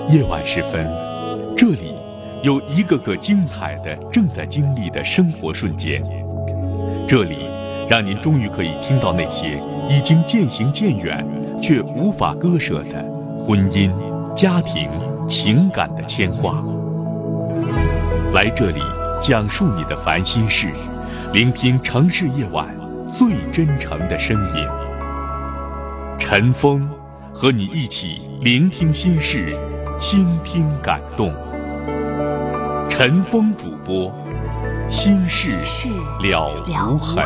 夜晚时分，这里有一个个精彩的正在经历的生活瞬间，这里让您终于可以听到那些已经渐行渐远却无法割舍的婚姻、家庭、情感的牵挂。来这里讲述你的烦心事，聆听城市夜晚最真诚的声音。陈峰和你一起聆听心事，倾听感动。陈峰主播，心事了无痕。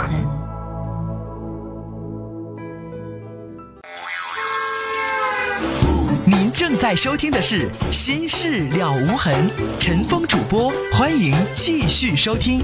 您正在收听的是《心事了无痕》，陈峰主播，欢迎继续收听。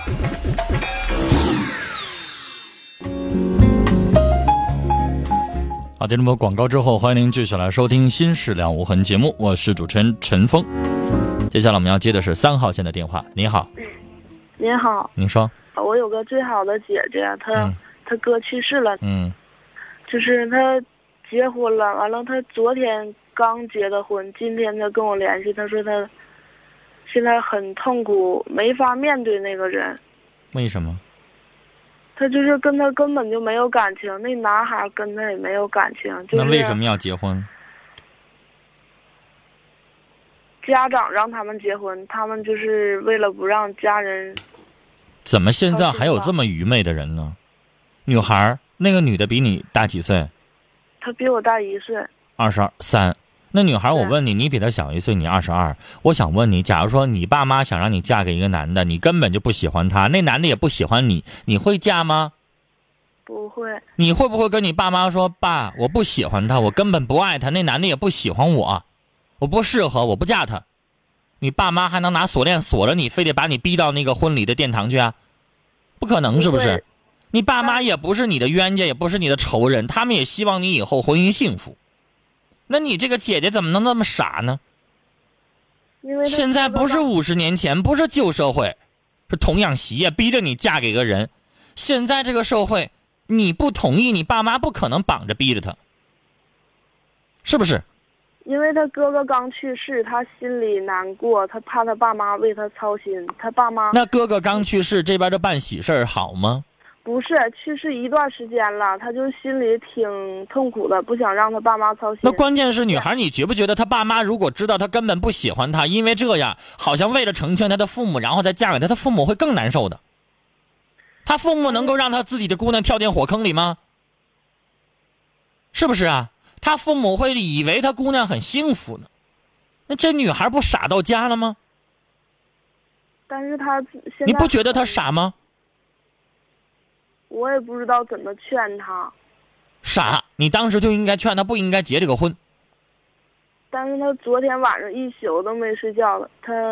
好，听众朋友，广告之后，欢迎您继续来收听《心事了无痕》节目，我是主持人陈峰。接下来我们要接的是3号线的电话。你好。 您好。 您说。 我有个最好的姐姐，她哥去世了。就是她结婚了，完了她昨天刚结的婚，今天她跟我联系，她说她现在很痛苦，没法面对那个人。 为什么？ 他就是跟他根本就没有感情，那男孩跟他也没有感情。 那为什么要结婚？ 家长让他们结婚，他们就是为了不让家人。 怎么现在还有这么愚昧的人呢？女孩，那个女的比你大几岁？ 她比我大1岁。 23。那女孩，我问你，你比她小1岁，你22。我想问你，假如说你爸妈想让你嫁给一个男的，你根本就不喜欢他，那男的也不喜欢你，你会嫁吗？ 不会。 你会不会跟你爸妈说，爸，我不喜欢他，我根本不爱他，那男的也不喜欢我，我不适合，我不嫁他？你爸妈还能拿锁链锁着你，非得把你逼到那个婚礼的殿堂去啊？不可能，是不是？你爸妈也不是你的冤家，也不是你的仇人，他们也希望你以后婚姻幸福。那你这个姐姐怎么能那么傻呢？现在不是50年前，不是旧社会，是童养媳逼着你嫁给个人。现在这个社会，你不同意，你爸妈不可能绑着逼着他，是不是？ 因为他哥哥刚去世，他心里难过，他怕他爸妈为他操心，他爸妈。 那哥哥刚去世，这边的办喜事好吗？ 不是，去世一段时间了，他就心里挺痛苦的，不想让他爸妈操心。 那关键是女孩，你觉不觉得他爸妈如果知道他根本不喜欢他，因为这样好像为了成全他的父母，然后再嫁给他，他父母会更难受的。他父母能够让他自己的姑娘跳进火坑里吗？是不是啊？他父母会以为他姑娘很幸福呢，那这女孩不傻到家了吗？ 但是他现在， 你不觉得他傻吗？ 我也不知道怎么劝他。 傻，你当时就应该劝他不应该结这个婚。 但是他昨天晚上一宿都没睡觉了，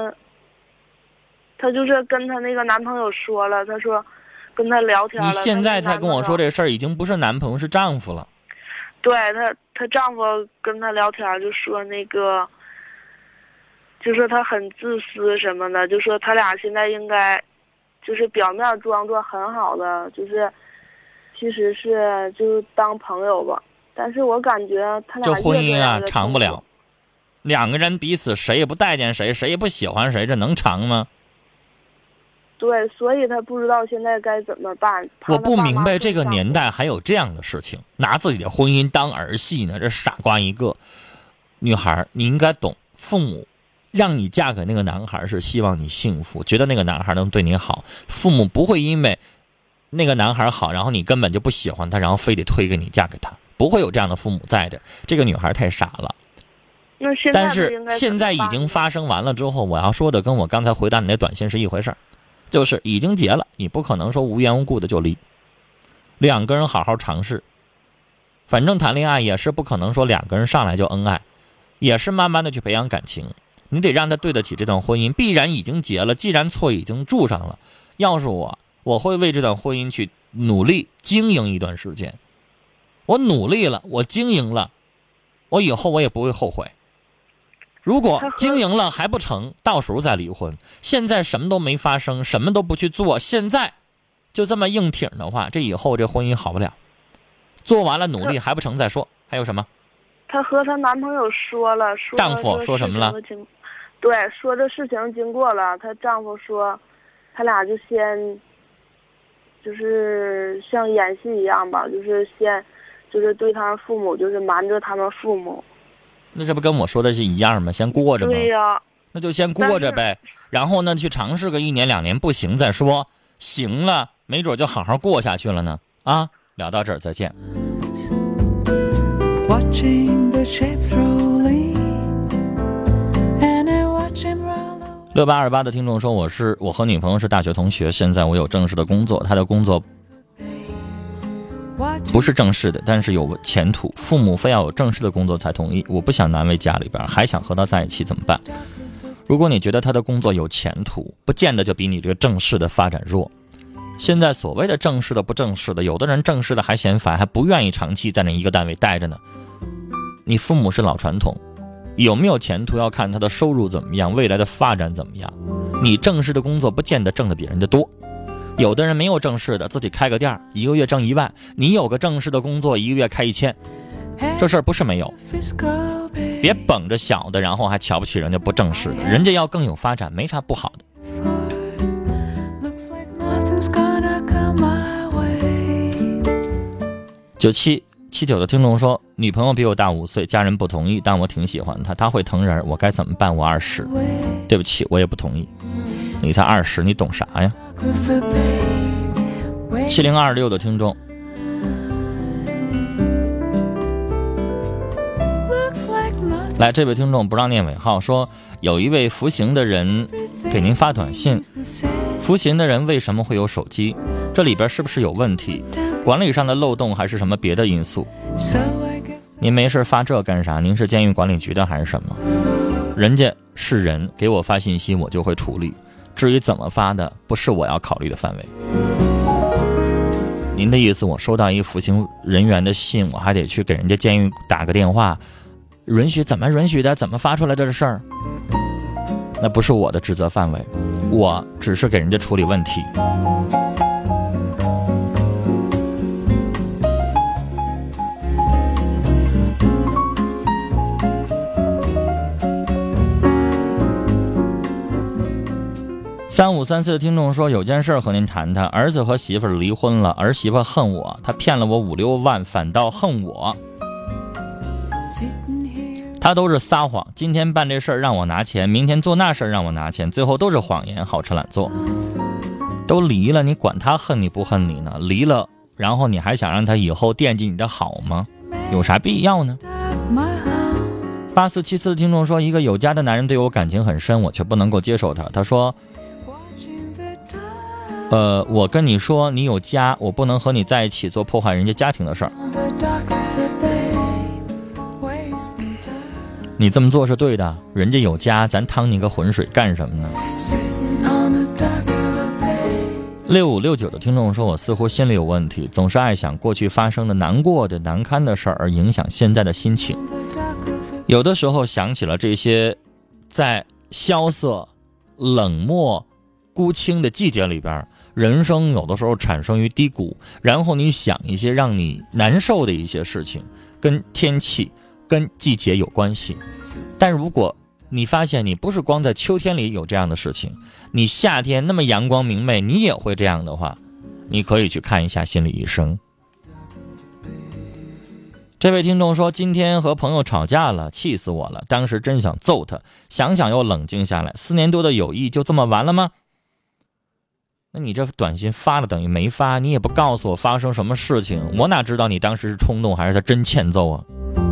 他就是跟他那个男朋友说了，他说跟他聊天了。 你现在才跟我说这事儿，已经不是男朋友是丈夫了。 对，他丈夫跟他聊天就说那个，就说他很自私什么的，就说他俩现在应该就是表面装作很好的，就是其实是就当朋友吧。但是我感觉他俩这婚姻啊长不了，两个人彼此谁也不待见谁，谁也不喜欢谁，这能长吗？ 对，所以他不知道现在该怎么办。 我不明白这个年代还有这样的事情，拿自己的婚姻当儿戏呢，这傻瓜一个。女孩，你应该懂，父母让你嫁给那个男孩是希望你幸福，觉得那个男孩能对你好，父母不会因为那个男孩好，然后你根本就不喜欢他，然后非得推给你嫁给他，不会有这样的父母在的。这个女孩太傻了。但是现在已经发生完了之后，我要说的跟我刚才回答你那短信是一回事儿，就是已经结了，你不可能说无缘无故的就离，两个人好好尝试。反正谈恋爱也是不可能说两个人上来就恩爱，也是慢慢的去培养感情，你得让他对得起这段婚姻。必然已经结了，既然错已经住上了，要是我会为这段婚姻去努力经营一段时间。我努力了，我经营了，我以后我也不会后悔。如果经营了还不成，到时候再离婚。现在什么都没发生，什么都不去做，现在就这么硬挺的话，这以后这婚姻好不了。做完了努力还不成再说。还有什么？ 她和她男朋友说了， 丈夫说什么了？ 对，说这事情经过了。她丈夫说，他俩就先，就是像演戏一样吧，就是先，就是对他们父母，就是瞒着他们父母。 那这不跟我说的是一样吗？先过着吗？ 对呀。 那就先过着呗，然后呢，去尝试个1年2年，不行再说，行了，没准就好好过下去了呢。啊，聊到这儿，再见。6828的听众说，我和女朋友是大学同学，现在我有正式的工作，她的工作不是正式的，但是有前途，父母非要有正式的工作才同意，我不想难为家里边，还想和她在一起，怎么办？如果你觉得她的工作有前途，不见得就比你这个正式的发展弱。现在所谓的正式的不正式的，有的人正式的还嫌烦，还不愿意长期在那一个单位待着呢。你父母是老传统，有没有前途要看他的收入怎么样，未来的发展怎么样。你正式的工作不见得挣得比人家多，有的人没有正式的，自己开个店，1个月挣1万，你有个正式的工作，1个月开1000，这事儿不是没有。别绷着小的，然后还瞧不起人家不正式的，人家要更有发展，没啥不好的。9779的听众说，女朋友比我大5岁，家人不同意，但我挺喜欢她，她会疼人，我该怎么办？我20，对不起，我也不同意。你才20，你懂啥呀？7026的听众，来，这位听众不让念尾号，说有一位服刑的人给您发短信，服刑的人为什么会有手机？这里边是不是有问题？管理上的漏洞还是什么别的因素？您没事发这干啥？您是监狱管理局的还是什么？人家是人，给我发信息我就会处理，至于怎么发的不是我要考虑的范围。您的意思，我收到一个服刑人员的信，我还得去给人家监狱打个电话，允许怎么允许的，怎么发出来的事儿，那不是我的职责范围，我只是给人家处理问题。3534的听众说，有件事和您谈谈，儿子和媳妇离婚了，儿媳妇恨我，他骗了我5、6万，反倒恨我。他都是撒谎，今天办这事儿让我拿钱，明天做那事儿让我拿钱，最后都是谎言，好吃懒做。都离了，你管他恨你不恨你呢？离了，然后你还想让他以后惦记你的好吗？有啥必要呢？8474的听众说，一个有家的男人对我感情很深，我却不能够接受他。他说，我跟你说，你有家，我不能和你在一起做破坏人家家庭的事儿。你这么做是对的，人家有家，咱趟你个浑水干什么呢？6569的听众说，我似乎心里有问题，总是爱想过去发生的难过的难堪的事儿，而影响现在的心情。有的时候想起了这些在萧瑟冷漠孤清的季节里边，人生有的时候产生于低谷，然后你想一些让你难受的一些事情，跟天气跟季节有关系。但如果你发现你不是光在秋天里有这样的事情，你夏天那么阳光明媚你也会这样的话，你可以去看一下心理医生。这位听众说，今天和朋友吵架了，气死我了，当时真想揍他，想想又冷静下来，4年多的友谊就这么完了吗？那你这短信发了等于没发，你也不告诉我发生什么事情，我哪知道你当时是冲动还是他真欠揍啊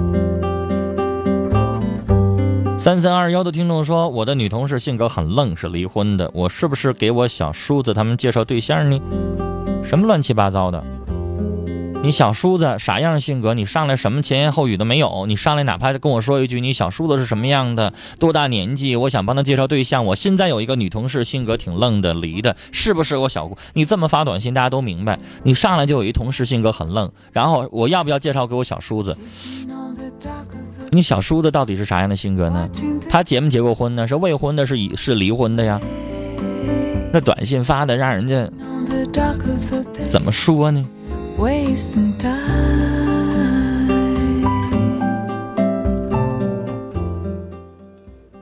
？3321的听众说，我的女同事性格很愣，是离婚的，我是不是给我小叔子他们介绍对象呢？什么乱七八糟的，你小叔子啥样性格，你上来什么前言后语都没有，你上来哪怕跟我说一句你小叔子是什么样的，多大年纪，我想帮他介绍对象，我现在有一个女同事性格挺愣的，离的，是不是我小姑？你这么发短信大家都明白，你上来就有一同事性格很愣，然后我要不要介绍给我小叔子？你小叔子到底是啥样的性格呢？他结没结过婚呢？是未婚的，是离婚的呀？那短信发的让人家怎么说呢？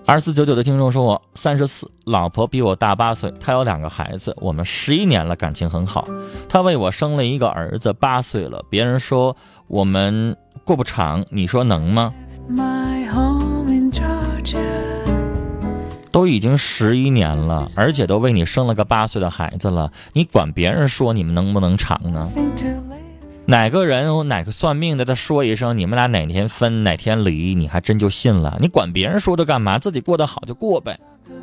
2499的听众说，我34，老婆比我大8岁，她有2个孩子，我们11年了，感情很好。她为我生了一个儿子，8岁了。别人说我们过不长，你说能吗？都已经11年了，而且都为你生了个8岁的孩子了，你管别人说你们能不能长呢？哪个人哪个算命的他说一声你们俩哪天分哪天离，你还真就信了？你管别人说的干嘛？自己过得好就过呗。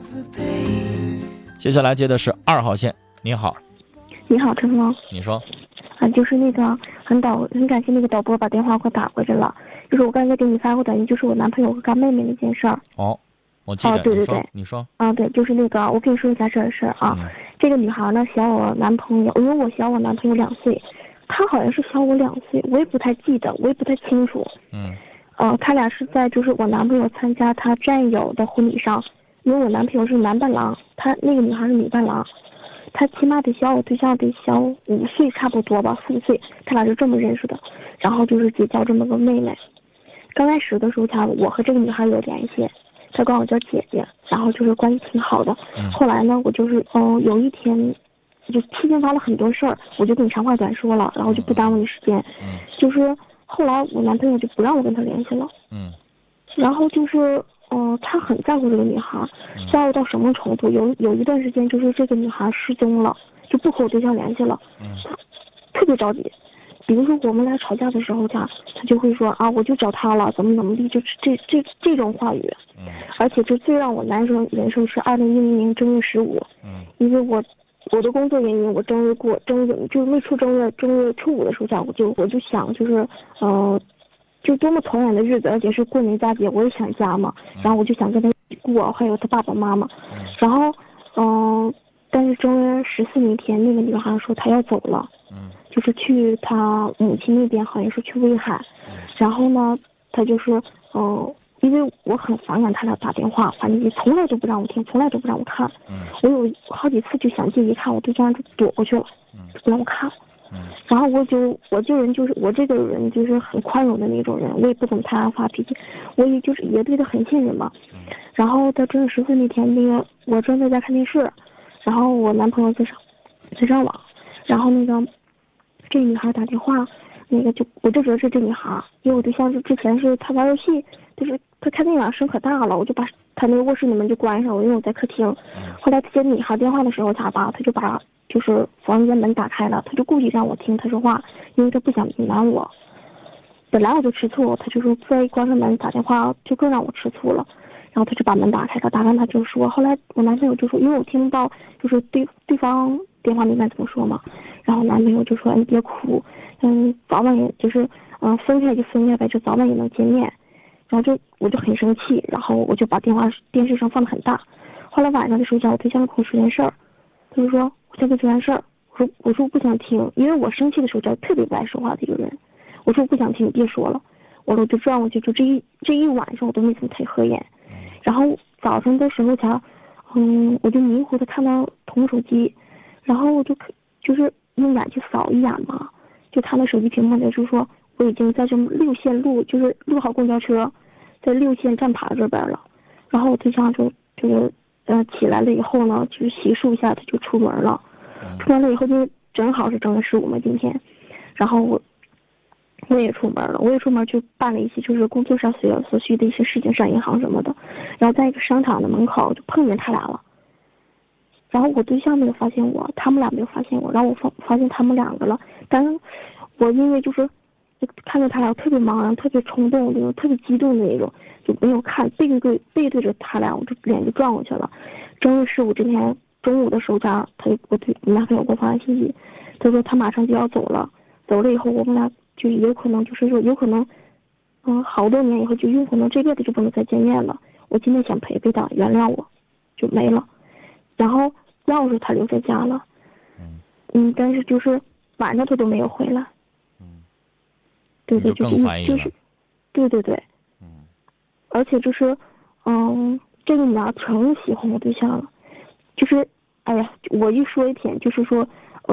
接下来接的是2号线，你好。 你好，陈峰。 你说。 就是那个很感谢那个导播把电话给我打回来了。就是我刚才给你发过短信，就是我男朋友和干妹妹那件事儿。 哦，我记得。 对对对， 你说。 对，就是那个，我跟你说一下这事儿啊。这个女孩呢小我男朋友，因为我小我男朋友2岁。他好像是小我2岁，我也不太记得，我也不太清楚。他俩是在就是我男朋友参加他战友的婚礼上，因为我男朋友是男伴郎，他那个女孩是女伴郎，他起码得小我对象得小5岁差不多吧，4岁，他俩是这么认识的。然后就是结交这么个妹妹。刚开始的时候我和这个女孩有联系，她管我叫姐姐，然后就是关系挺好的。后来呢，我就是有一天。就期间发了很多事儿，我就跟你长话短说了，然后就不耽误你时间。就是后来我男朋友就不让我跟他联系了。然后就是他很在乎这个女孩，在乎到什么程度？有一段时间就是这个女孩失踪了，就不和我对象联系了。特别着急。比如说我们俩吵架的时候，他就会说我就找他了，怎么地，就是这种话语。而且就最让我难受忍受是2010年正月15。因为我的工作原因，我正月就是没出正月初5的时候假，我就想就是就多么团圆的日子，而且是过年佳节，我也想家嘛，然后我就想跟他一起过，还有他爸爸妈妈。然后但是正月14那天，那个女孩说她要走了，就是去她母亲那边，好像是去威海。然后呢，她就是因为我很反感他俩打电话，反正从来都不让我听，从来都不让我看。我有好几次就想借一看，我对象就躲过去了，就不让我看。然后我这个人就是很宽容的那种人，我也不怎么太爱发脾气，我也就是也对他很信任嘛。然后到正月14那天，那个我正在家看电视，然后我男朋友在上网，然后那个这女孩打电话，我就知道是这女孩，因为我对象之前是他玩游戏，就是他看电影声可大了，我就把他那个卧室的门就关上了，因为我在客厅。后来他接女孩电话的时候，他就把就是房间门打开了，他就故意让我听他说话，因为他不想隐瞒我。本来我就吃醋，他就说再关上门打电话就更让我吃醋了。然后他就把门打开了，打开他就说，后来我男朋友就说，因为我听不到就是对方电话那边怎么说嘛，然后男朋友就说你别哭，早晚也就是分开就分开呗，就早晚也能见面。然后我就很生气，然后我就把电视上放得很大。后来晚上的时候，我对象跟我说件事儿，他就说我想跟你说件事儿，我说我不想听，因为我生气的时候特别不爱说话的一个人，我说我不想听，你别说了。我说就这样，我就这一晚上我都没怎么太合眼。然后早上的时候我就迷糊的看到同手机，然后我就是用眼去扫一眼嘛，就看到手机屏幕的就说我已经在这6线路，就是录好公交车，在6线站牌这边了。然后我对象就是起来了以后呢，就是洗漱一下，他就出门了。出门了以后就正好是正月15嘛，今天。然后我也出门了，我也出门去办了一些就是工作上所需的一些事情，上银行什么的。然后在一个商场的门口就碰见他俩了。然后我对象没有发现我，他们俩没有发现我，然后我发现他们2个了。但是我因为就是看着他俩特别茫然，特别冲动那种，特别激动的那种，就没有看，背对着他俩，我就脸就转过去了。正月15这天中午的时候，我男朋友给我发信息，他说他马上就要走了，走了以后我们俩就有可能就是说有可能，好多年以后就有可能这辈子就不能再见面了。我今天想陪陪他，原谅我，就没了。然后钥匙他留在家了，但是就是晚上他都没有回来。对对， 就更怀疑了。 对对对。而且就是，这个女儿成喜欢我对象了，就是，哎呀，我一说一点，就是说，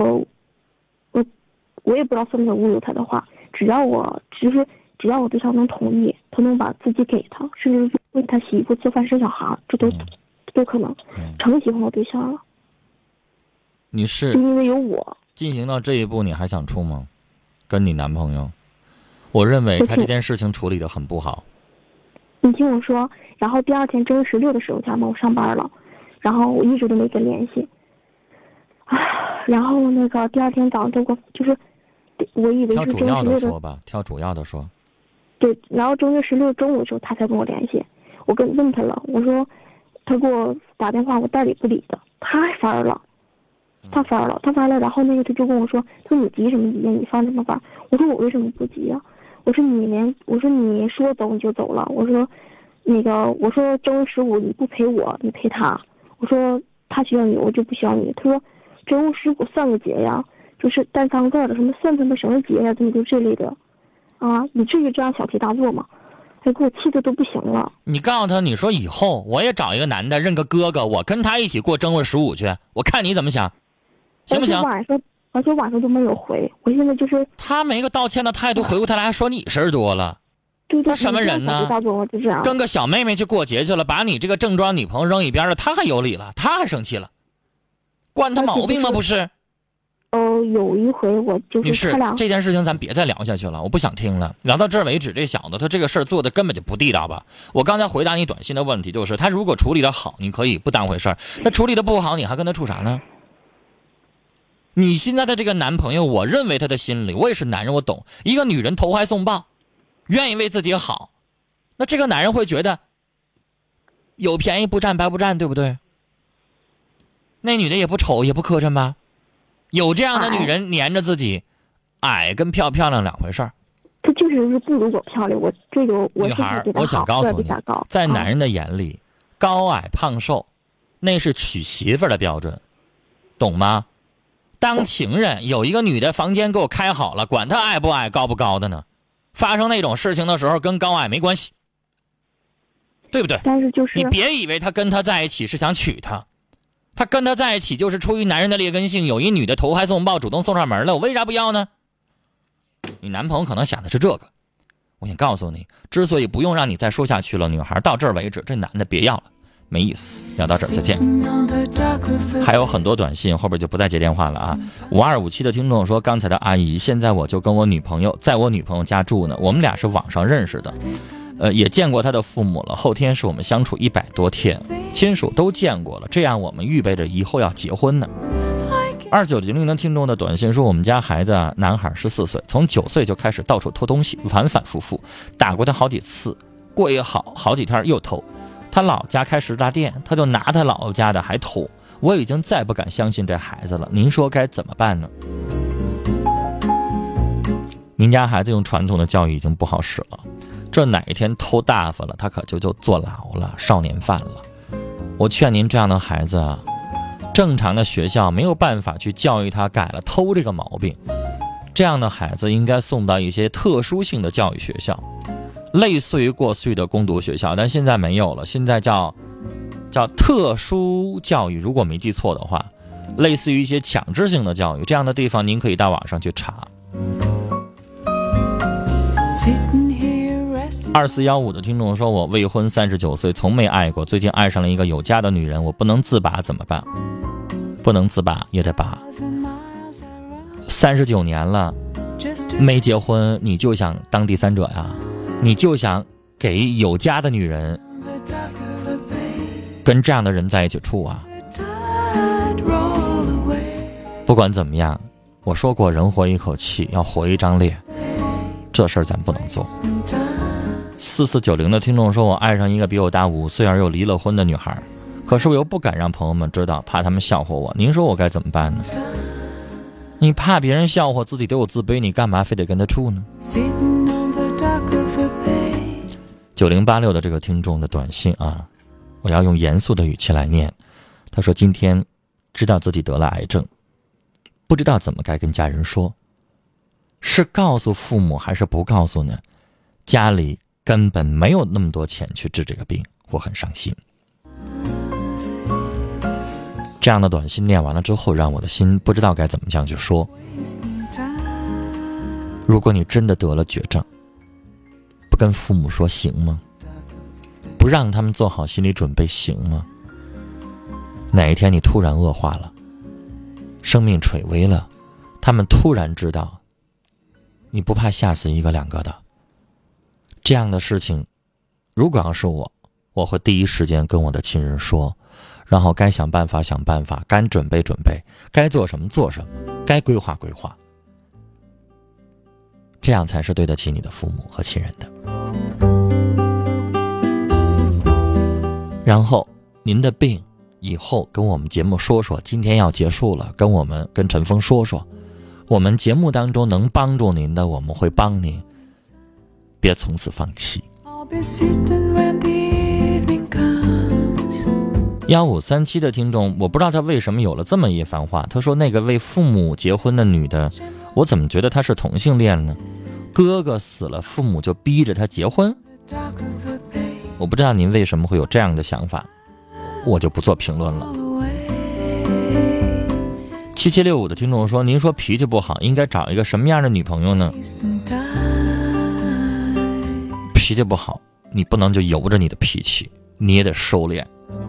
我也不知道算不算侮辱他的话，只要我对象能同意，他能把自己给他，甚至是为他洗衣服、做饭、生小孩，这都可能。成喜欢我对象了。 你是因为有我进行到这一步，你还想处吗？跟你男朋友？我认为他这件事情处理得很不好。 你听我说，然后第二天正月16的时候，家嘛我上班了，然后我一直都没跟联系。然后那个第二天早上就是我以为是正月16的说吧，挑主要的说。 对，然后正月16中午的时候，他才跟我联系。我问他了，我说他给我打电话，我代理不理的，他还翻了。他翻了，然后那个他就跟我说，他说你急什么急呀？你翻什么翻？我说我为什么不急呀？我说你说走你就走了。我说正月15你不陪我，你陪他。我说他需要你，我就不需要你。他说正月15算个节呀，就是带3个的，什么算什么什么节呀，这么就这类的，啊，你至于这样小题大做吗？哎，给我气的都不行了。 你告诉他，你说以后我也找一个男的认个哥哥，我跟他一起过正月15去，我看你怎么想，行不行？ 而且晚上都没有回，我现在就是他没个道歉的态度，回过头来还说你事儿多了。 对， 他什么人呢？跟个小妹妹去过节去了，把你这个正装女朋友扔一边了，他还有理了，他还生气了，惯他毛病吗？不是。 有一回我就是他俩这件事情咱别再聊下去了，我不想听了。聊到这儿为止，这小子他这个事儿做的根本就不地道吧？我刚才回答你短信的问题就是，他如果处理的好，你可以不当回事儿；他处理的不好，你还跟他处啥呢？你现在的这个男朋友，我认为他的心里，我也是男人，我懂。一个女人投怀送抱，愿意为自己好，那这个男人会觉得有便宜不占白不占，对不对？那女的也不丑也不磕碜吧？有这样的女人黏着自己，矮跟漂亮两回事儿。 她就是不如我漂亮，我女孩，我想告诉你，在男人的眼里，高矮胖瘦，那是娶媳妇儿的标准，懂吗？当情人，有一个女的房间给我开好了，管她矮不矮高不高的呢？发生那种事情的时候，跟高矮没关系，对不对？ 但是就是你别以为他跟他在一起是想娶她。他跟他在一起就是出于男人的劣根性，有一女的投怀送抱，主动送上门了，我为啥不要呢？你男朋友可能想的是这个。我想告诉你，之所以不用让你再说下去了，女孩到这儿为止，这男的别要了，没意思。聊到这儿再见。还有很多短信，后边就不再接电话了啊。5257的听众说，刚才的阿姨，现在我就跟我女朋友在我女朋友家住呢，我们俩是网上认识的。也见过他的父母了，后天是我们相处100多天，亲属都见过了，这样我们预备着以后要结婚呢。2900的听众的短信说，我们家孩子啊，男孩14岁，从9岁就开始到处偷东西，反反复复，打过他好几次，过一好几天又偷。他老家开食杂店，他就拿他老家的还偷，我已经再不敢相信这孩子了，您说该怎么办呢？您家孩子用传统的教育已经不好使了，这哪一天偷大发了，他可就坐牢了，少年犯了。我劝您，这样的孩子啊，正常的学校没有办法去教育他改了偷这个毛病，这样的孩子应该送到一些特殊性的教育学校，类似于过去的攻读学校，但现在没有了，现在叫特殊教育，如果没记错的话，类似于一些强制性的教育，这样的地方您可以到网上去查。2415的听众说，我未婚39岁，从没爱过，最近爱上了一个有家的女人，我不能自拔怎么办？不能自拔也得拔。39年了没结婚，你就想当第三者呀？你就想给有家的女人跟这样的人在一起处啊？不管怎么样，我说过人活一口气，要活一张脸，这事儿咱不能做。4490的听众说，我爱上一个比我大5岁而又离了婚的女孩，可是我又不敢让朋友们知道，怕他们笑话我，您说我该怎么办呢？你怕别人笑话，自己都有自卑，你干嘛非得跟他处呢？9086的这个听众的短信啊，我要用严肃的语气来念。他说，今天知道自己得了癌症，不知道怎么该跟家人说，是告诉父母还是不告诉呢？家里根本没有那么多钱去治这个病，我很伤心。这样的短信念完了之后，让我的心不知道该怎么这样去说。如果你真的得了绝症，不跟父母说行吗？ 不让他们做好心理准备行吗？哪一天你突然恶化了，生命垂危了，他们突然知道，你不怕吓死一个两个的。这样的事情如果要是我会第一时间跟我的亲人说，然后该想办法想办法，该准备准备，该做什么做什么，该规划规划，这样才是对得起你的父母和亲人的。然后您的病以后跟我们节目说说，今天要结束了，跟陈峰说说，我们节目当中能帮助您的我们会帮您，别从此放弃。1537的听众，我不知道他为什么有了这么一番话，他说那个为父母结婚的女的，我怎么觉得她是同性恋呢？哥哥死了，父母就逼着他结婚。我不知道您为什么会有这样的想法，我就不做评论了。7765的听众说，您说脾气不好，应该找一个什么样的女朋友呢？脾气不好，你不能就由着你的脾气，你也得收敛。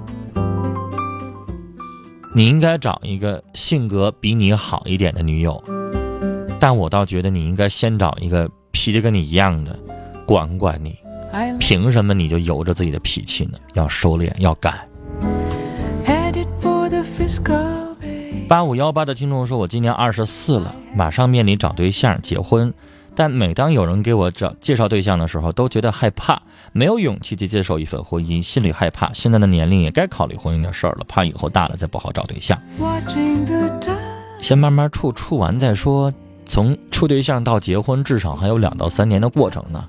你应该找一个性格比你好一点的女友，但我倒觉得你应该先找一个脾气跟你一样的，管管你。凭什么你就由着自己的脾气呢？要收敛，要改。8518的听众说，我今年24了，马上面临找对象结婚，但每当有人给我介绍对象的时候，都觉得害怕，没有勇气去接受一份婚姻，心里害怕。现在的年龄也该考虑婚姻的事儿了，怕以后大了再不好找对象。先慢慢处完再说，从处对象到结婚至少还有2到3年的过程呢。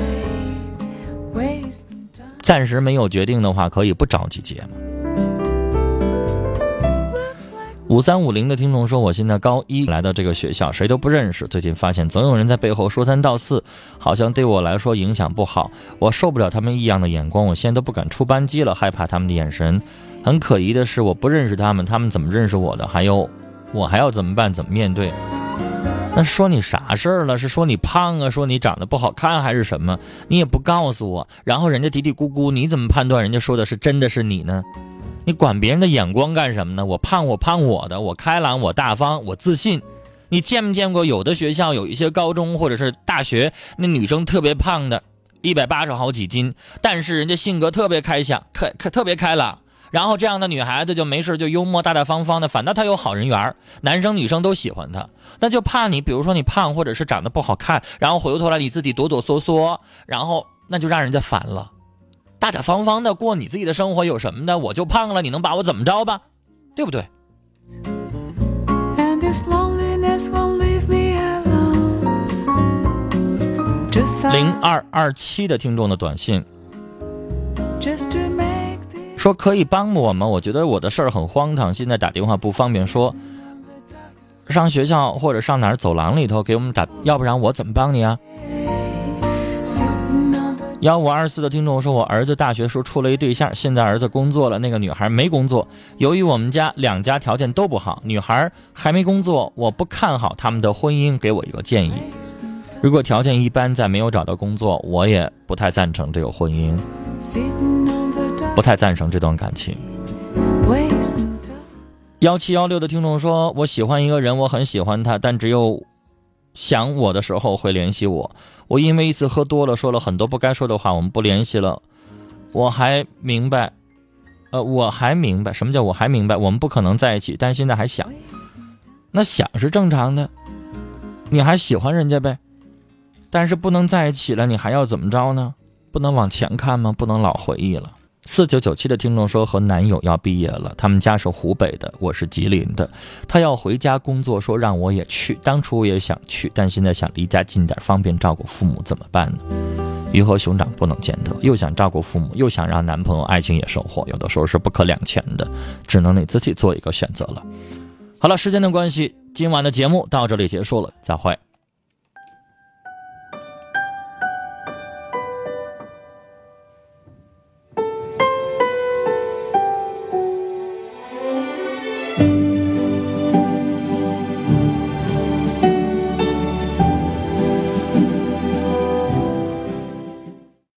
暂时没有决定的话，可以不着急结嘛。5350的听众说，我现在高1，来到这个学校谁都不认识，最近发现总有人在背后说3道4，好像对我来说影响不好，我受不了他们异样的眼光，我现在都不敢出班级了，害怕他们的眼神。很可疑的是，我不认识他们，他们怎么认识我的？还有我还要怎么办？怎么面对？那说你啥事儿了？是说你胖啊，说你长得不好看，还是什么？你也不告诉我，然后人家嘀嘀咕咕，你怎么判断人家说的是真的是你呢？你管别人的眼光干什么呢？我胖我的，我开朗，我大方，我自信。你见没见过有的学校有一些高中或者是大学，那女生特别胖的，180好几斤，但是人家性格特别特别开朗。然后这样的女孩子就没事就幽默大大方方的，反倒她有好人缘，男生女生都喜欢她。那就怕你比如说你胖或者是长得不好看，然后回过头来你自己哆哆嗦嗦，然后那就让人家烦了。大大方方的过你自己的生活有什么的？我就胖了，你能把我怎么着吧？对不对？0227的听众的短信说，可以帮我吗？我觉得我的事儿很荒唐，现在打电话不方便说，上学校或者上哪儿走廊里头给我们打，要不然我怎么帮你啊？1524的听众说，我儿子大学时处了一对象，现在儿子工作了，那个女孩没工作。由于我们家2家条件都不好，女孩还没工作，我不看好他们的婚姻，给我一个建议。如果条件一般，再没有找到工作，我也不太赞成这个婚姻，不太赞成这段感情。1716的听众说，我喜欢一个人，我很喜欢他，但只有想我的时候会联系我。我因为一次喝多了说了很多不该说的话，我们不联系了。我还明白什么叫我还明白，我们不可能在一起，但现在还想。那想是正常的，你还喜欢人家呗，但是不能在一起了，你还要怎么着呢？不能往前看吗？不能老回忆了。4997的听众说，和男友要毕业了，他们家是湖北的，我是吉林的，他要回家工作，说让我也去，当初我也想去，但现在想离家近点，方便照顾父母，怎么办呢？鱼和熊掌不能兼得，又想照顾父母，又想让男朋友爱情也生活，有的时候是不可两全的，只能你自己做一个选择了。好了，时间的关系，今晚的节目到这里结束了，再会。